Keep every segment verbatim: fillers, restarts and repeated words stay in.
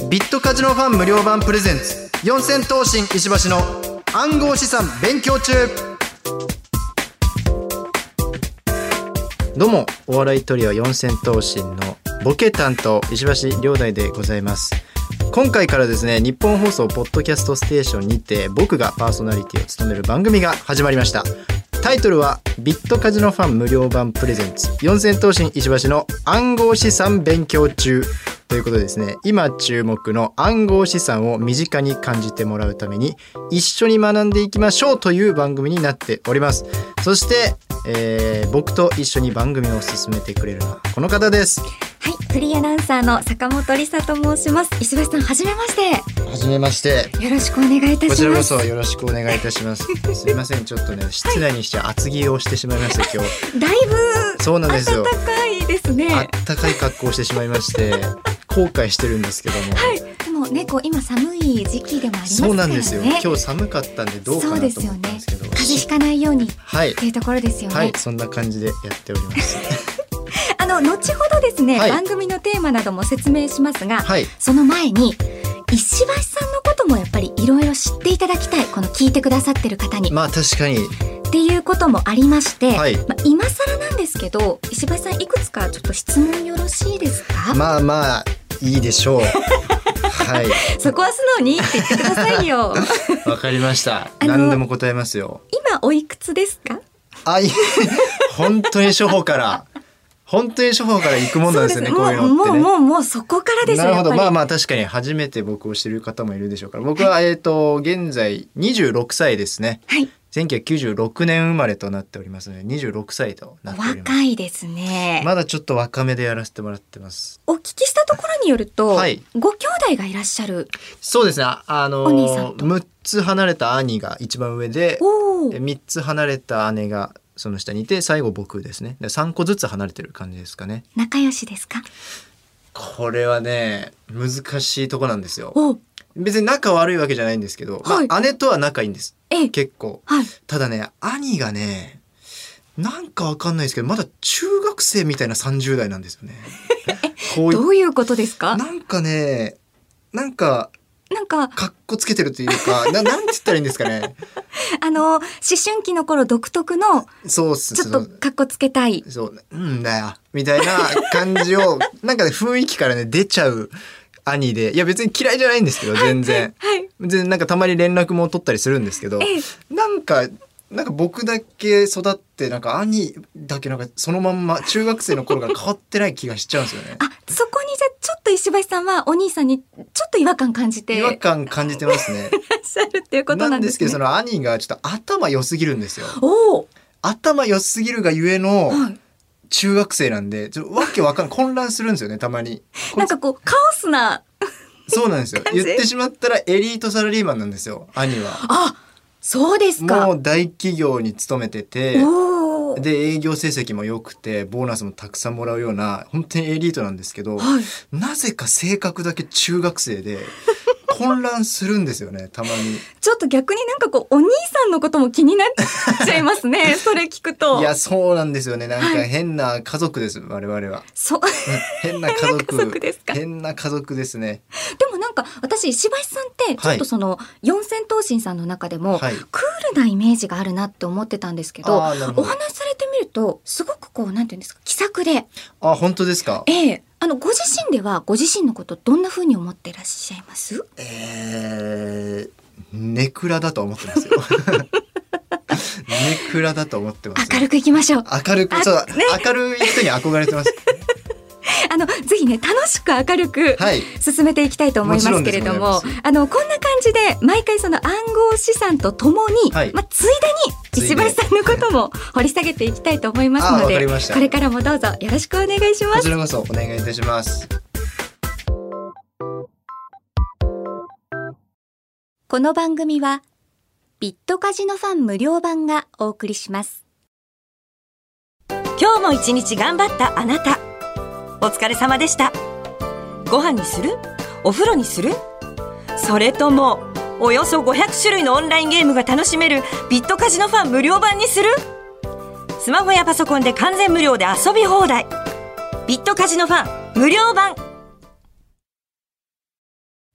ビットカジノファン無料版プレゼンツ四千頭身石橋の暗号資産勉強中。どうも、お笑いトリオ四千頭身のボケ担当石橋亮大でございます。今回からですね、日本放送ポッドキャストステーションにて僕がパーソナリティを務める番組が始まりました。タイトルはビットカジノファン無料版プレゼンツ四千頭身石橋の暗号資産勉強中ということでですね、今注目の暗号資産を身近に感じてもらうために一緒に学んでいきましょうという番組になっております。そして、えー、僕と一緒に番組を進めてくれるのはこの方です。 はい、フリーアナウンサーの坂本理沙と申します。石橋さん、はじめまして。 はじめまして。 よろしくお願いいたします。 こちらこそよろしくお願いいたします。すいません、ちょっとね、室内にして厚着をしてしまいました今日。 だいぶそうなんですよ。 暖かいですね。 暖かい格好をしてしまいまして後悔してるんですけども、 はい、でもね、こう今寒い時期でもありますからね。 そうなんですよ。今日寒かったんでどうかなと思ったんですけど、 そうですよね、風邪ひかないように、 はい、 っていうところですよね。 はい、そんな感じでやっておりますあの後ほどですね、 はい、 番組のテーマなども説明しますが、 はい、その前に石橋さんのこともやっぱりいろいろ知っていただきたい、この聞いてくださってる方に。 まあ確かにっていうこともありまして、 はい、 まあ、今更なんですけど、石橋さん、いくつかちょっと質問よろしいですか？ まあまあいいでしょうはい、 そこは素直にって言ってくださいよわかりました。何でも答えますよ。 今おいくつですか？ あ、い本当に初歩から本当に初歩から行くもんなんですよね。こういうのってね。 もうもうもうそこからですよ。 なるほど。 やっぱりまあまあ確かに初めて僕を知る方もいるでしょうから。僕は、はい、えっと現在にじゅうろくさいですね。 はい。 せんきゅうひゃくきゅうじゅうろくねん生まれとなっておりますのでにじゅうろくさいとなっております。 若いですね。 まだちょっと若めでやらせてもらってます。 お聞きしたところによると、はい、ご兄弟がいらっしゃる。 そうですね。あのお兄さんとむっつ離れた兄が一番上で、みっつ離れた姉がその下にいて、最後僕ですね。さんこずつ離れてる感じですかね。 仲良しですか？ これはね、難しいとこなんですよ。別に仲悪いわけじゃないんですけど、はい、まあ、姉とは仲いいんです。結構、はい、ただね、兄がね、なんかわかんないですけど、まだ中学生みたいなさんじゅう代なんですよねこういうどういうことですか？ なんかね、なんかなんかかっこつけてるというか、ななんて言ったらいいんですかねあの思春期の頃独特のそうっす、 ちょっとかっこつけたい、 そううんだよみたいな感じをなんか、ね、雰囲気からね出ちゃう兄で、いや別に嫌いじゃないんですけど全然、はいはい、全然なんかたまに連絡も取ったりするんですけど、ええ、なんかなんか僕だけ育ってなんか兄だけなんかそのまんま中学生の頃から変わってない気がしちゃうんですよね。 あ、そこにじゃあちょっと石橋さんはお兄さんにちょっと違和感感じて違和感感じてますねいらっしゃるっていうことなんですね。 なんですけど、その兄がちょっと頭良すぎるんですよ。 お頭良すぎるがゆえの、はい、中学生なんでちょっとわけわかん混乱するんですよねたまに。 なんかこうカオスなそうなんですよ。言ってしまったらエリートサラリーマンなんですよ兄は。 あ、そうですか。 もう大企業に勤めてて、で営業成績も良くてボーナスもたくさんもらうような本当にエリートなんですけど、はい、なぜか性格だけ中学生で混乱するんですよねたまに。ちょっと逆になんかこうお兄さんのことも気になっちゃいますねそれ聞くと。 いやそうなんですよね。なんか変な家族です、はい、我々は。 そう変な家族変な家族ですか。 変な家族ですね。 でもなんか私石橋さんってちょっとその、はい、四千頭身さんの中でも、はい、クールなイメージがあるなって思ってたんですけど、お話しされてみるとすごくこうなんていうんですか、気さくで。 あ、本当ですか。 ええ、あのご自身ではご自身のことどんな風に思ってらっしゃいます？ えー、ネクラだと思ってますよネクラだと思ってます。 明るくいきましょう。 明るく、そう、ね、明るい人に憧れてますあのぜひね楽しく明るく進めていきたいと思いますけれども、はい、あのこんな感じで毎回その暗号資産とともに、はい、まあ、ついでに石橋さんのことも掘り下げていきたいと思いますので、これからもどうぞよろしくお願いします。 こちらこそお願いいたします。 この番組はビットカジノファン無料版がお送りします。 今日も一日頑張ったあなた、お疲れ様でした。ご飯にする？お風呂にする？それともおよそごひゃくしゅるいのオンラインゲームが楽しめるビットカジノファン無料版にする？スマホやパソコンで完全無料で遊び放題。ビットカジノファン無料版。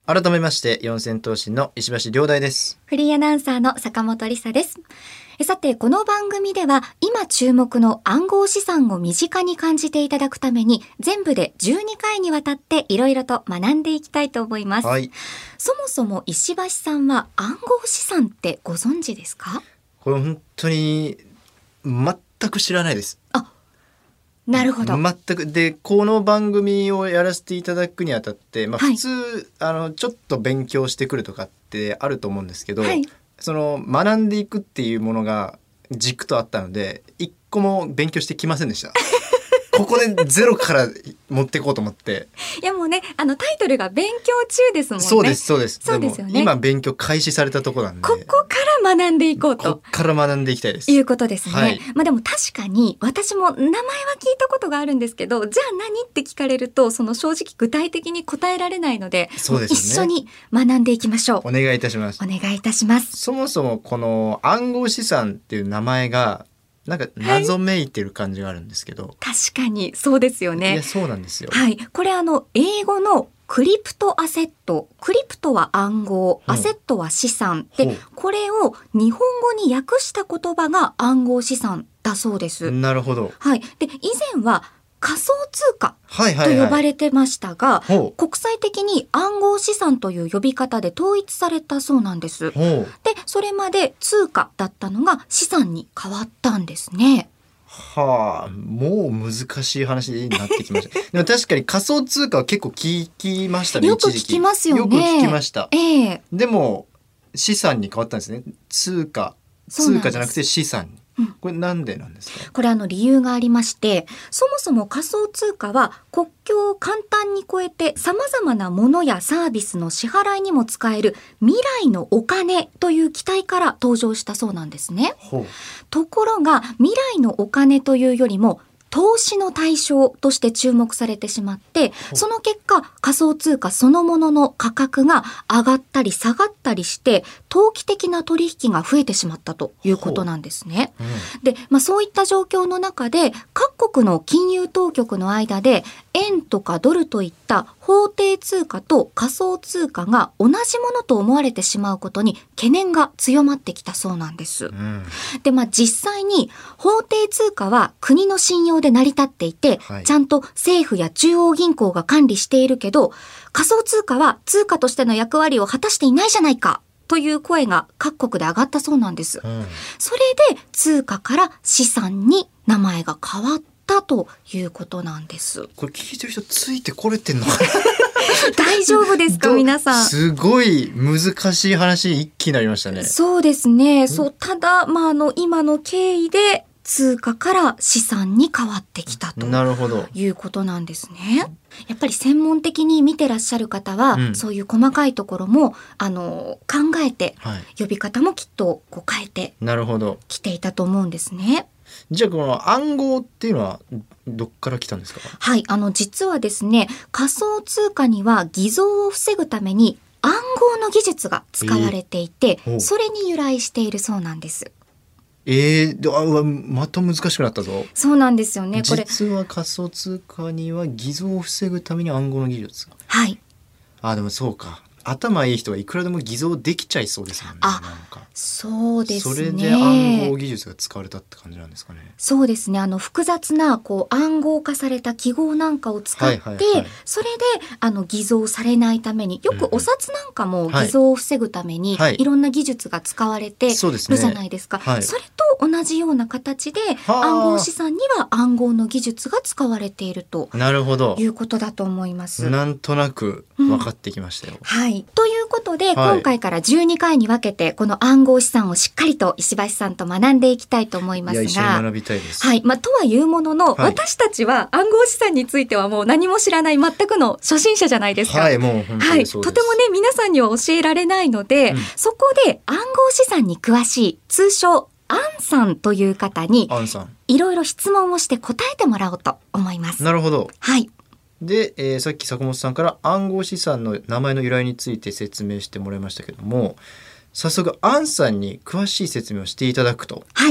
改めまして四千頭身の石橋亮大です。 フリーアナウンサーの坂本理沙です。さて、この番組では今注目の暗号資産を身近に感じていただくために、全部でじゅうにかいにわたっていろいろと学んでいきたいと思います、はい、そもそも石橋さんは暗号資産ってご存知ですか？ これ本当に全く知らないです。 あ、なるほど。 全くで、この番組をやらせていただくにあたって、まあ、普通、はい、あのちょっと勉強してくるとかってあると思うんですけど、はい、その学んでいくっていうものが軸とあったので、一個も勉強してきませんでしたここでゼロから持っていこうと思って。 いやもうね、あのタイトルが勉強中ですもんね。 そうですそうです。 そうですよね。 今勉強開始されたところなんで、 ここから学んでいこうと、 ここから学んでいきたいです。 いうことですね、 はい、 まあでも確かに私も名前は聞いたことがあるんですけど、じゃあ何って聞かれると、その正直具体的に答えられないので、そうですよね、一緒に学んでいきましょう。 お願いいたします。 お願いいたします。 そもそもこの暗号資産っていう名前がなんか謎めいてる感じがあるんですけど、はい、 確かにそうですよね。 いやそうなんですよ。 はい、これあの英語のクリプトアセット、クリプトは暗号、アセットは資産で、これを日本語に訳した言葉が暗号資産だそうです。 なるほど。 はい、で以前は仮想通貨と呼ばれてましたが、はいはいはい、国際的に暗号資産という呼び方で統一されたそうなんです。で、それまで通貨だったのが資産に変わったんですね。 はあ、もう難しい話になってきましたでも確かに仮想通貨は結構聞きましたね。 よく聞きますよね。 よく聞きました、 えー、 でも資産に変わったんですね。通貨通貨じゃなくて資産に。これなんでなんですか？ これあの理由がありまして、そもそも仮想通貨は国境を簡単に越えて様々なものやサービスの支払いにも使える未来のお金という期待から登場したそうなんですね。ところが未来のお金というよりも投資の対象として注目されてしまって、その結果仮想通貨そのものの価格が上がったり下がったりして、投機的な取引が増えてしまったということなんですね、うん、で、まあ、そういった状況の中で各国の金融当局の間で円とかドルといった法定通貨と仮想通貨が同じものと思われてしまうことに懸念が強まってきたそうなんです、うん、で、まあ、実際に法定通貨は国の信用で成り立っていて、はい、ちゃんと政府や中央銀行が管理しているけど、仮想通貨は通貨としての役割を果たしていないじゃないかという声が各国で上がったそうなんです、うん、それで通貨から資産に名前が変わったということなんです。 これ聞いてる人ついてこれてんのかな大丈夫ですか皆さん。 すごい難しい話一気になりましたね。 そうですね。そう、ただ、まあ、あの今の経緯で通貨から資産に変わってきたということなんですね。やっぱり専門的に見てらっしゃる方は、うん、そういう細かいところもあの考えて、はい、呼び方もきっとこう変えてきていたと思うんですね。 じゃあこの暗号っていうのはどっから来たんですか？ はい、あの実はですね、仮想通貨には偽造を防ぐために暗号の技術が使われていて、えー、それに由来しているそうなんです。 えー、あまた難しくなったぞ。 そうなんですよね。これ実は仮想通貨には偽造を防ぐために暗号の技術。 はい。 あ、でもそうか。頭いい人はいくらでも偽造できちゃいそうですもんね。 あ、 なんかそうですね。 それで暗号技術が使われたって感じなんですかね。 そうですね。あの複雑なこう暗号化された記号なんかを使って、はいはいはい、それであの偽造されないために、よくお札なんかも偽造を防ぐために、はい、いろんな技術が使われてるじゃないですか。そ, す、ねはい、それと同じような形で暗号資産には暗号の技術が使われているということだと思います。 なんとなく分かってきましたよ。 うん、はい。ということで、はい、今回からじゅうにかいに分けてこの暗号資産をしっかりと石橋さんと学んでいきたいと思いますが、いや、 一緒に学びたいです。 はい。まあ、とはいうものの、はい、私たちは暗号資産についてはもう何も知らない全くの初心者じゃないですか。 はい、もう本当にそうです。はい。 とてもね、皆さんには教えられないので、うん、そこで暗号資産に詳しい通称アンさんという方にいろいろ質問をして答えてもらおうと思います。 なるほど。 はい。 で、えー、さっき坂本さんから暗号資産の名前の由来について説明してもらいましたけども、早速アンさんに詳しい説明をしていただくと。 はい。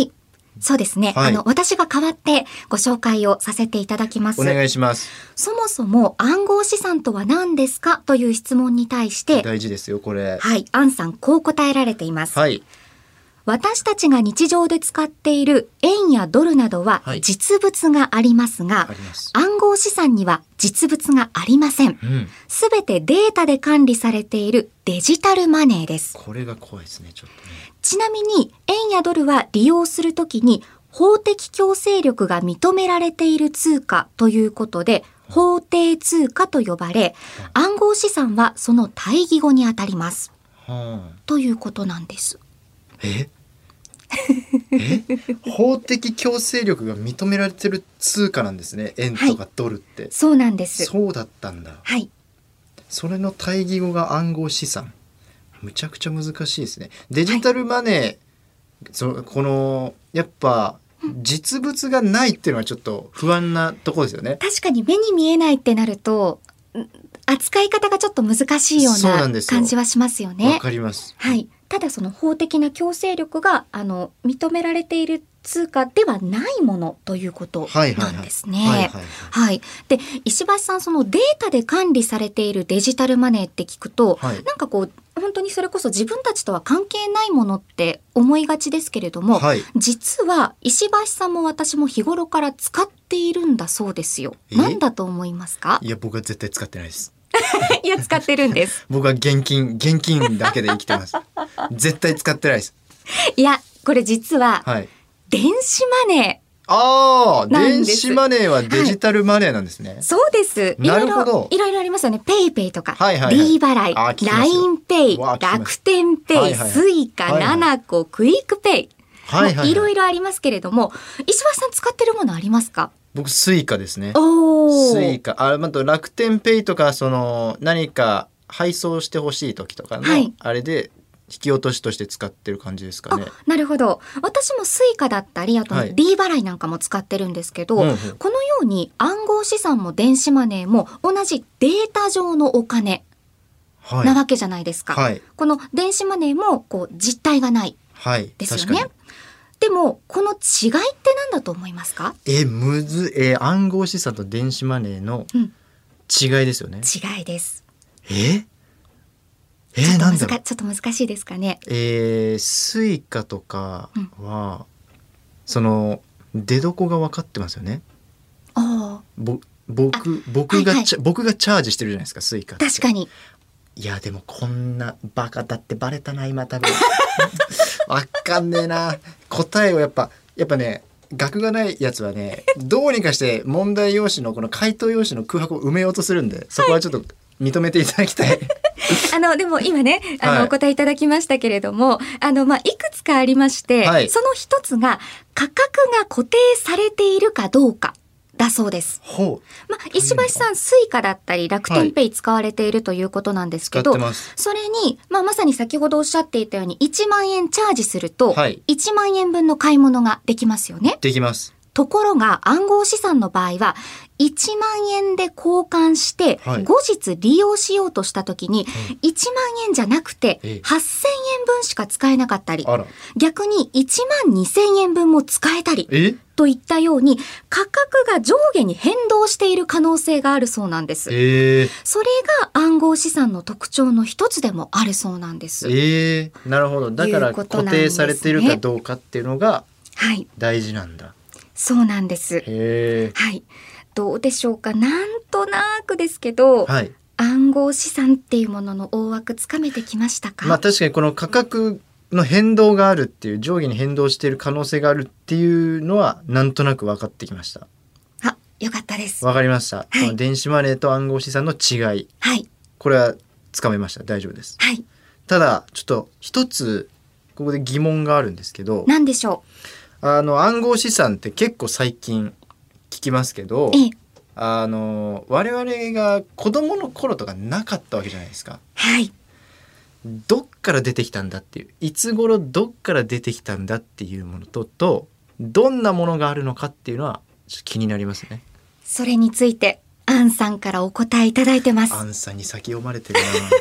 そうですね、はい、あの私が代わってご紹介をさせていただきます。 お願いします。 そもそも暗号資産とは何ですかという質問に対して大事ですよこれ。 はい、アンさんこう答えられています。 はい、 私たちが日常で使っている円やドルなどは実物がありますが、はい、暗号資産には実物がありません。すべ、うん、てデータで管理されているデジタルマネーです。 これが怖いですねちょっとね。 ちなみに円やドルは利用するときに法的強制力が認められている通貨ということで法定通貨と呼ばれ、暗号資産はその対義語にあたります、はあ、ということなんです。 ええ法的強制力が認められてる通貨なんですね円とかドルって、はい、 そうなんです。 そうだったんだ。 はい。 それの対義語が暗号資産。むちゃくちゃ難しいですね。デジタルマネー、はい、そこのやっぱ実物がないっていうのはちょっと不安なところですよね。 確かに目に見えないってなると扱い方がちょっと難しいような感じはしますよね。 わかります。 はい。ただその法的な強制力があの認められている通貨ではないものということなんですね。はい。で、石橋さん、そのデータで管理されているデジタルマネーって聞くと、はい、なんかこう本当にそれこそ自分たちとは関係ないものって思いがちですけれども、はい、実は石橋さんも私も日頃から使っているんだそうですよ。何だと思いますか？ いや、僕は絶対使ってないです。 いや、使ってるんです。 僕は現金現金だけで生きてます。絶対使ってないです。 いや、これ実は、はい、電子マネー。 ああ、電子マネーはデジタルマネーなんですね。はい、 そうです。 なるほど。 いろいろありますよね。ペイペイとか、はいはいはい、D 払い、ラインペイ、楽天ペイ、はいはいはい、スイカ、ナナコ、クイックペイ。はいはいはい、いろいろありますけれども、石橋さん使ってるものありますか？ 僕スイカですね。 おスイカ。あ、また楽天ペイとか、その何か配送してほしい時とかの、はい、あれで引き落としとして使ってる感じですかね。 なるほど。私もスイカだったり、あと D 払いなんかも使ってるんですけど、はい、このように暗号資産も電子マネーも同じデータ上のお金なわけじゃないですか。はい、この電子マネーもこう実体がないですよね。はい、でもこの違いって何だと思いますか？ えむずえ暗号資産と電子マネーの違いですよね。 うん、違いです。 ええー、 なんだろう。 ちょっと難しいですかね。 えー、スイカとかは、うん、その出どこが分かってますよね。 あぼ僕僕が、はいはい、僕がチャージしてるじゃないですかスイカって。 確かに。 いやでもこんなバカだってバレたな今多分。わかんねえな。答えをやっぱやっぱね学がないやつはねどうにかして問題用紙のこの回答用紙の空白を埋めようとするんで、そこはちょっと認めていただきたい。はいあのでも今ねあの、はい、お答えいただきましたけれども、あのまあいくつかありまして、はい、その一つが価格が固定されているかどうかだそうです。 ほう、まあ、石橋さんスイカだったり楽天ペイ使われているということなんですけど、はい、それに、まあ、まさに先ほどおっしゃっていたようにいちまんえんチャージすると、はい、いちまんえんぶんの買い物ができますよね。 できます。 ところが暗号資産の場合はいちまんえんで交換して、はい、後日利用しようとした時に、はい、いちまんえんじゃなくてはっせんえんぶんしか使えなかったり、逆にいちまんにせんえんぶんも使えたりといったように価格が上下に変動している可能性があるそうなんです。 えー、 それが暗号資産の特徴の一つでもあるそうなんです。 えー、なるほど。だから固定されているかどうかっていうのが大事なんだ。はい、 そうなんです。 へー、 はい、どうでしょうか。なんとなくですけど、はい、暗号資産っていうものの大枠つかめてきましたか？ まあ確かにこの価格の変動があるっていう、上下に変動している可能性があるっていうのはなんとなく分かってきました。 あ、よかったです。 分かりました。はい、この電子マネーと暗号資産の違い、 はい、 これはつかめました。大丈夫です。 はい、ただちょっと一つここで疑問があるんですけど。 何でしょう？あの暗号資産って結構最近聞きますけど、 ええ、 あの我々が子供の頃とかなかったわけじゃないですか。 はい。 どっから出てきたんだっていう、いつ頃どっから出てきたんだっていうものととどんなものがあるのかっていうのはちょっと気になりますね。 それについてアンさんからお答えいただいてます。 アンさんに先読まれてるな。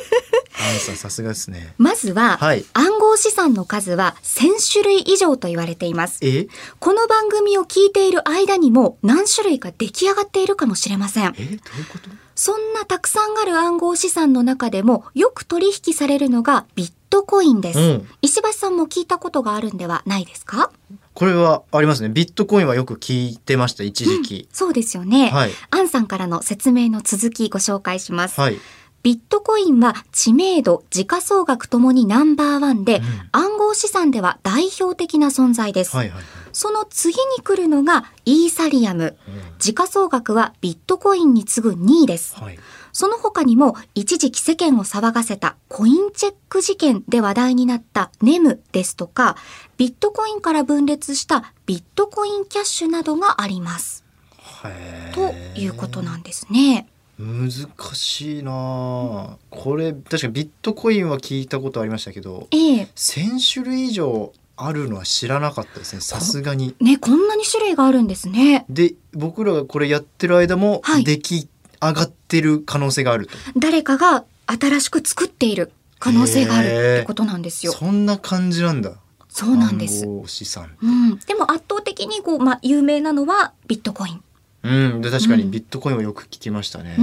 アンさんさすがですね。 まずは、はい、暗号資産の数はせん種類以上と言われています。 えこの番組を聞いている間にも何種類か出来上がっているかもしれません。 えどういうこと？ そんなたくさんある暗号資産の中でもよく取引されるのがビットコインです、うん、石橋さんも聞いたことがあるんではないですか？ これはありますね。ビットコインはよく聞いてました、一時期、 うん、そうですよね、 はい、 アンさんからの説明の続きご紹介します、 はい、 ビットコインは知名度、時価総額ともにナンバーワンで、うん、暗号資産では代表的な存在です、はいはいはい、その次に来るのがイーサリアム、うん、時価総額はビットコインに次ぐにいです、はい、その他にも一時期世間を騒がせたコインチェック事件で話題になったネムですとか、ビットコインから分裂したビットコインキャッシュなどがありますということなんですね。 難しいな、これ確かにビットコインは聞いたことありましたけど、 ええ、 せん種類以上あるのは知らなかったですね、さすがにね。こんなに種類があるんですね。 で僕らがこれやってる間も出来上がってる可能性があると、 はい、誰かが新しく作っている可能性があるってことなんですよ。 そんな感じなんだ。 そうなんです。 暗号資産、 うん、でも圧倒的にこう、まあ、有名なのはビットコイン。 うん、で確かにビットコインはよく聞きましたね、 うん、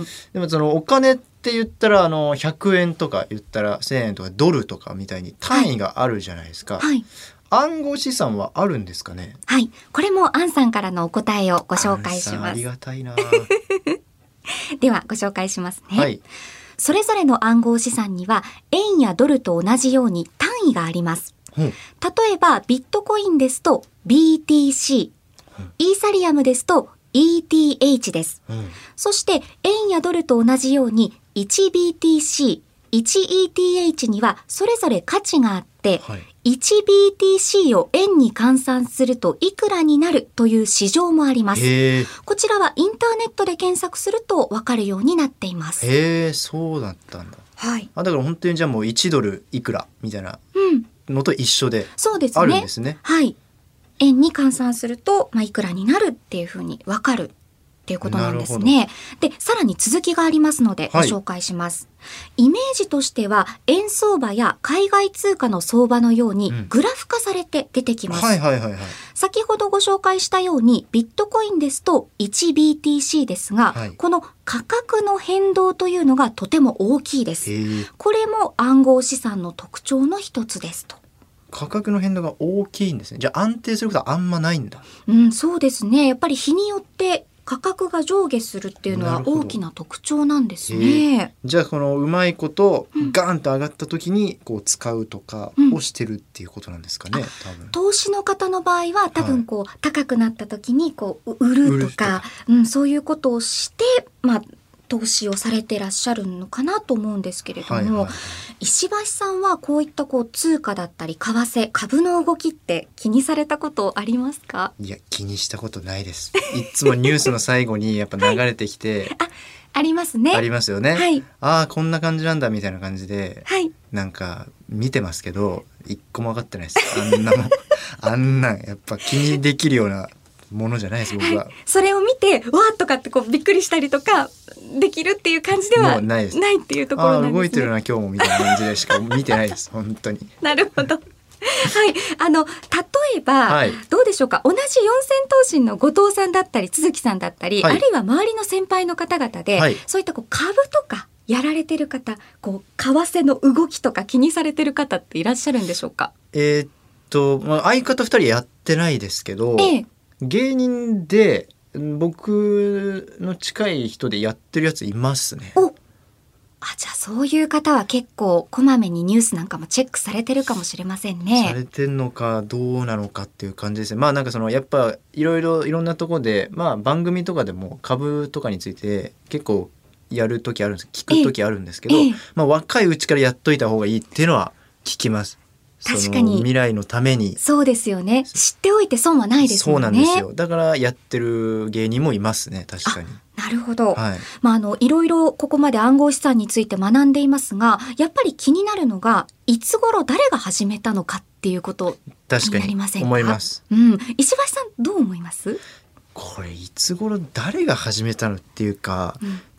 でもそのお金って言ったらあのひゃくえんとか言ったらせんえんとかドルとかみたいに単位があるじゃないですか、 はい、 暗号資産はあるんですかね？ はい、これもアンさんからのお答えをご紹介します。 ありがたいなではご紹介しますね、 はい、 それぞれの暗号資産には円やドルと同じように単位があります、うん、例えばビットコインですと ビーティーシー、うん、イーサリアムですとイーティーエイチ です、うん、そして円やドルと同じように いちビーティーシー、いちイーティーエイチ にはそれぞれ価値があって、はい、いちビーティーシー を円に換算するといくらになるという市場もあります。こちらはインターネットで検索すると分かるようになっています。 へー、そうだったんだ、 はい、 あだから本当にじゃあもういちドルいくらみたいなのと一緒であるんですね。 はい、円に換算すると、まあ、いくらになるっていうふうに分かるっていうことなんですね。で、さらに続きがありますのでご紹介します、はい、イメージとしては円相場や海外通貨の相場のようにグラフ化されて出てきます、 はいはいはいはい、 先ほどご紹介したようにビットコインですと いちビーティーシー ですが、はい、この価格の変動というのがとても大きいです。これも暗号資産の特徴の一つですと。 価格の変動が大きいんですね。じゃあ安定することはあんまないんだ。 うん、そうですね。やっぱり日によって価格が上下するっていうのは大きな特徴なんですね。 じゃあこのうまいことガーンと上がった時にこう使うとかをしてるっていうことなんですかね、うん、多分投資の方の場合は多分こう、はい、高くなった時にこう売るとか、うん、そういうことをしてまあ投資をされてらっしゃるのかなと思うんですけれども、はいはいはい、石橋さんはこういったこう通貨だったり為替、株の動きって気にされたことありますか？ いや気にしたことないです。いつもニュースの最後にやっぱ流れてきて、 はい、あ, ありますね。 ありますよね、 はい、 ああこんな感じなんだみたいな感じで、 はい、なんか見てますけど一個も分かってないです。あんなもんあんなんやっぱ気にできるようなものじゃないです僕は、はい、 それを見てわーとかってこうびっくりしたりとかできるっていう感じではないです。ないっていうところなんですね。 あ動いてるな今日もみたいな感じでしか見てないです本当に。 なるほどはい、あの例えば、はい、どうでしょうか、同じ四千頭身の後藤さんだったり都築さんだったり、はい、あるいは周りの先輩の方々で、はい、そういったこう株とかやられてる方、こう為替の動きとか気にされてる方っていらっしゃるんでしょうか？ えー、っと、まあ、相方ふたりやってないですけど、ええ、芸人で僕の近い人でやってるやついますね。 おあじゃあそういう方は結構こまめにニュースなんかもチェックされてるかもしれませんね。 されてんのかどうなのかっていう感じですね。まあなんかそのやっぱいろいろいろんなところで、まあ、番組とかでも株とかについて結構やる時あるんです聞く時あるんですけど、まあ、若いうちからやっといた方がいいっていうのは聞きます。 確かに未来のために。 そうですよね。知っておいて損はないですもんね。 そうなんですよ。だからやってる芸人もいますね。確かに。 なるほど、 はい、 まあ、あのいろいろここまで暗号資産について学んでいますが、やっぱり気になるのがいつ頃誰が始めたのかっていうことになりませんか？ 思います、 うん、石橋さんどう思います？ これいつ頃誰が始めたのっていうか、うん、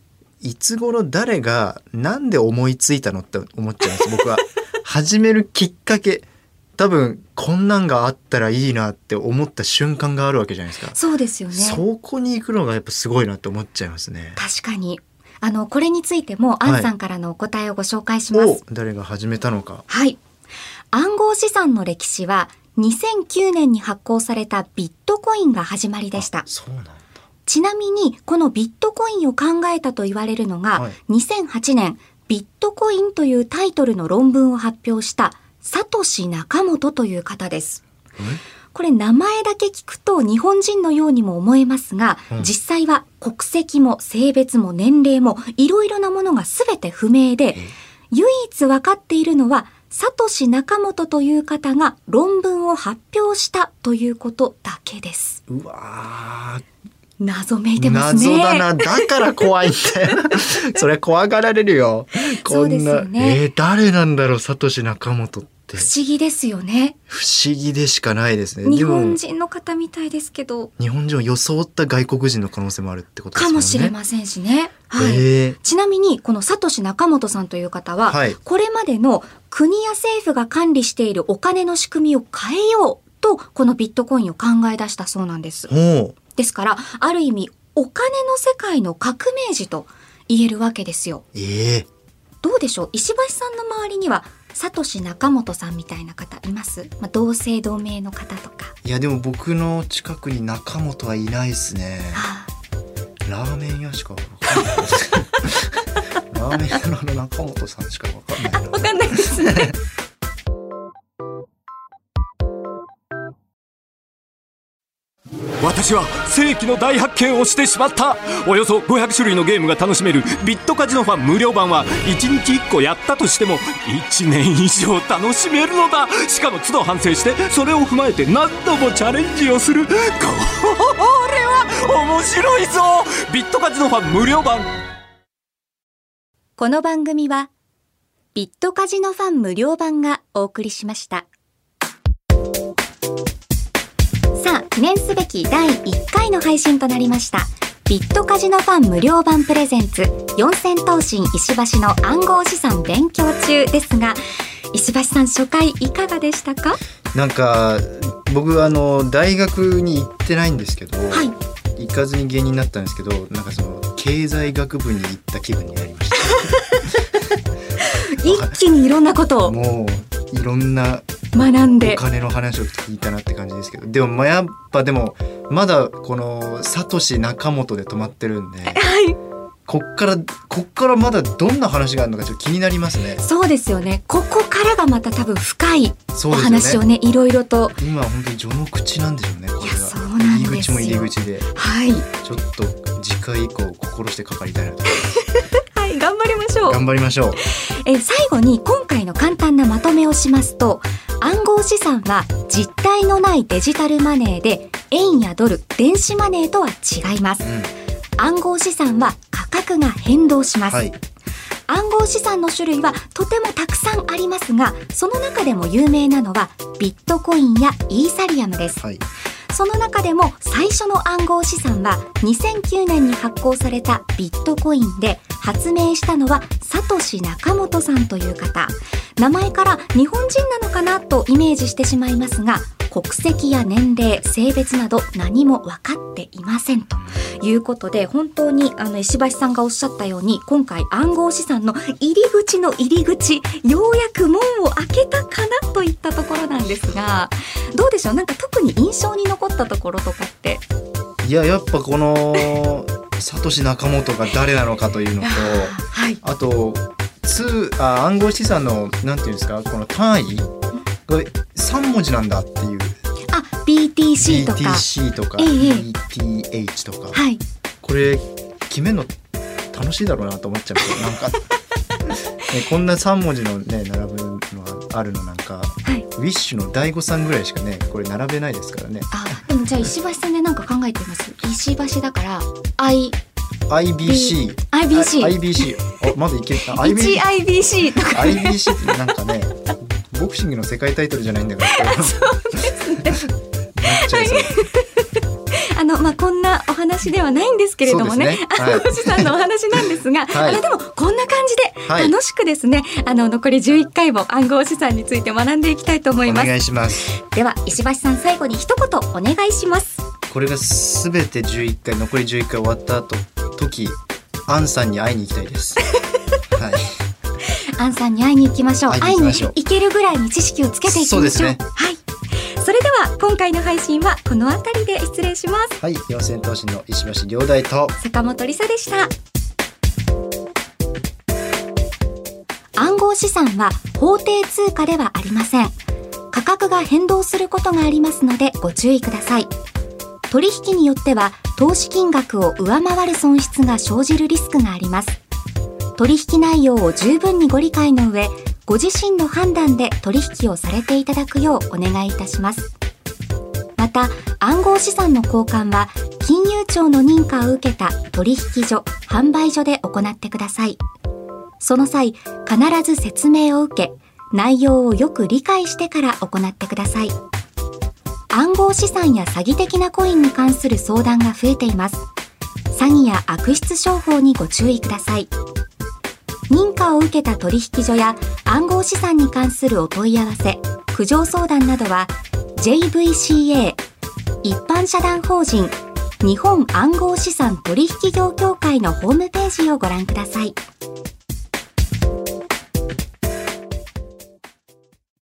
いつ頃誰がなんで思いついたのって思っちゃうんです僕は。始めるきっかけ、多分こんなんがあったらいいなって思った瞬間があるわけじゃないですか。 そうですよね。 そこに行くのがやっぱすごいなって思っちゃいますね。 確かに。あのこれについてもアンさんからのお答えをご紹介します。はい、 誰が始めたのか。 はい。暗号資産の歴史はにせんきゅうねんに発行されたビットコインが始まりでした。 そうなんだ。 ちなみにこのビットコインを考えたと言われるのが、はい、にせんはちねんビットコインというタイトルの論文を発表したサトシ・ナカモトという方です。これ名前だけ聞くと日本人のようにも思えますが、うん、実際は国籍も性別も年齢もいろいろなものが全て不明で、唯一分かっているのはサトシ・ナカモトという方が論文を発表したということだけです。 うわー、 謎めいてますね。 謎だな。だから怖いんだよ。それ怖がられるよ。こんな、そうですよね。えー、誰なんだろう、サトシ・ナカモトって。 不思議ですよね。 不思議でしかないですね。 日本人の方みたいですけど、 日本人を装った外国人の可能性もあるってことですもんね。 かもしれませんしね。はい。ちなみにこのサトシ・ナカモトさんという方は、はい、これまでの国や政府が管理しているお金の仕組みを変えようと、このビットコインを考え出したそうなんです。ですからある意味お金の世界の革命児と言えるわけですよ。 えー、 どうでしょう、石橋さんの周りにはサトシ・ナカモトさんみたいな方います？まあ、同姓同名の方とか。 いやでも僕の近くに中本はいないですね。はあ、ラーメン屋しか分かんないですラーメン屋の中本さんしか分かんないな。 分かんないですね。 私は世紀の大発見をしてしまった。およそごひゃくしゅるいのゲームが楽しめるビットカジノファン無料版はいちにちいっこやったとしてもいちねんいじょう楽しめるのだ。しかも都度反省してそれを踏まえて何度もチャレンジをする。これは面白いぞ。ビットカジノファン無料版。 この番組はビットカジノファン無料版がお送りしました。さあ、記念すべきだいいっかいの配信となりましたビットカジノファン無料版プレゼンツ四千頭身石橋の暗号資産勉強中ですが、石橋さん初回いかがでしたか？ なんか僕あの大学に行ってないんですけど、はい、行かずに芸人になったんですけど、なんかその経済学部に行った気分になりました一気にいろんなことをもういろんな学んでお金の話を聞いたなって感じですけど、でもまあやっぱでもまだこのサトシ・ナカモトで止まってるんで、はい、こっからこっからまだどんな話があるのかちょっと気になりますね。 そうですよね。ここからがまた多分深いお話を ね, ねいろいろと。 今は本当に序の口なんでしょうね。これがいやそうなんですよ。 入り口も入り口で、 はい、 ちょっと次回以降心してかかりたいなと思いますはい、頑張りましょう。 頑張りましょう。 え最後に今回の簡単なまとめをしますと、暗号資産は実体のないデジタルマネーで円やドル、電子マネーとは違います、うん、暗号資産は価格が変動します、はい、暗号資産の種類はとてもたくさんありますが、その中でも有名なのはビットコインやイーサリアムです、はい、その中でも最初の暗号資産はにせんきゅうねんに発行されたビットコインで、発明したのはサトシ・ナカモトさんという方。名前から日本人なのかなとイメージしてしまいますが、国籍や年齢、性別など何も分かっていませんということで、本当にあの石橋さんがおっしゃったように、今回暗号資産の入り口の入り口、ようやく門を開けたかなといったところなんですが、どうでしょう、なんか特に印象に残ったところとかって。 いややっぱこのサトシ・ナカモトが誰なのかというのと、 はい、 あとあ暗号資産のなんていうんですか、この単位がさんもじなんだっていう。 あ ビーティーシー とかビーティーシー とか、 ええ、 ビーティーエイチ とか、 はい、 これ決めるの楽しいだろうなと思っちゃうんですよ。なんかね、こんなさんもじのね並ぶのがあるのなんか、はい、ウィッシュのだいごさんぐらいしかねこれ並べないですからね。 あでもじゃあ石橋さんでなんか考えてます？石橋だから I アイビーシーアイビーシーアイビーシー あまだいけるな。 いちアイビーシー とかアイビーシー ってなんかねボクシングの世界タイトルじゃないんだからそうですねなっちゃいそう、はい、 あのの、まあ、こんなお話ではないんですけれどもね、ねはい、暗号資産のお話なんですが、はい、あのでもこんな感じで楽しくですね、はい、あの残りじゅういっかいも暗号資産について学んでいきたいと思います。 お願いします。 では石橋さん、最後に一言お願いします。 これがすべてじゅういっかい、残りじゅういっかい終わった後時アンさんに会いに行きたいです、はい、 アンさんに会いに行きましょう。会いに行けるぐらいに知識をつけていきましょう。 そうですね、 はい。それでは今回の配信はこのあたりで失礼します。 はい、四千頭身の石橋亮大と坂本理沙でした。暗号資産は法定通貨ではありません。価格が変動することがありますのでご注意ください。取引によっては投資金額を上回る損失が生じるリスクがあります。取引内容を十分にご理解の上、ご自身の判断で取引をされていただくようお願いいたします。また、暗号資産の交換は金融庁の認可を受けた取引所、販売所で行ってください。その際、必ず説明を受け、内容をよく理解してから行ってください。暗号資産や詐欺的なコインに関する相談が増えています。詐欺や悪質商法にご注意ください。認可を受けた取引所や暗号資産に関するお問い合わせ、苦情相談などは ジェイブイシーエー 一般社団法人日本暗号資産取引業協会のホームページをご覧ください。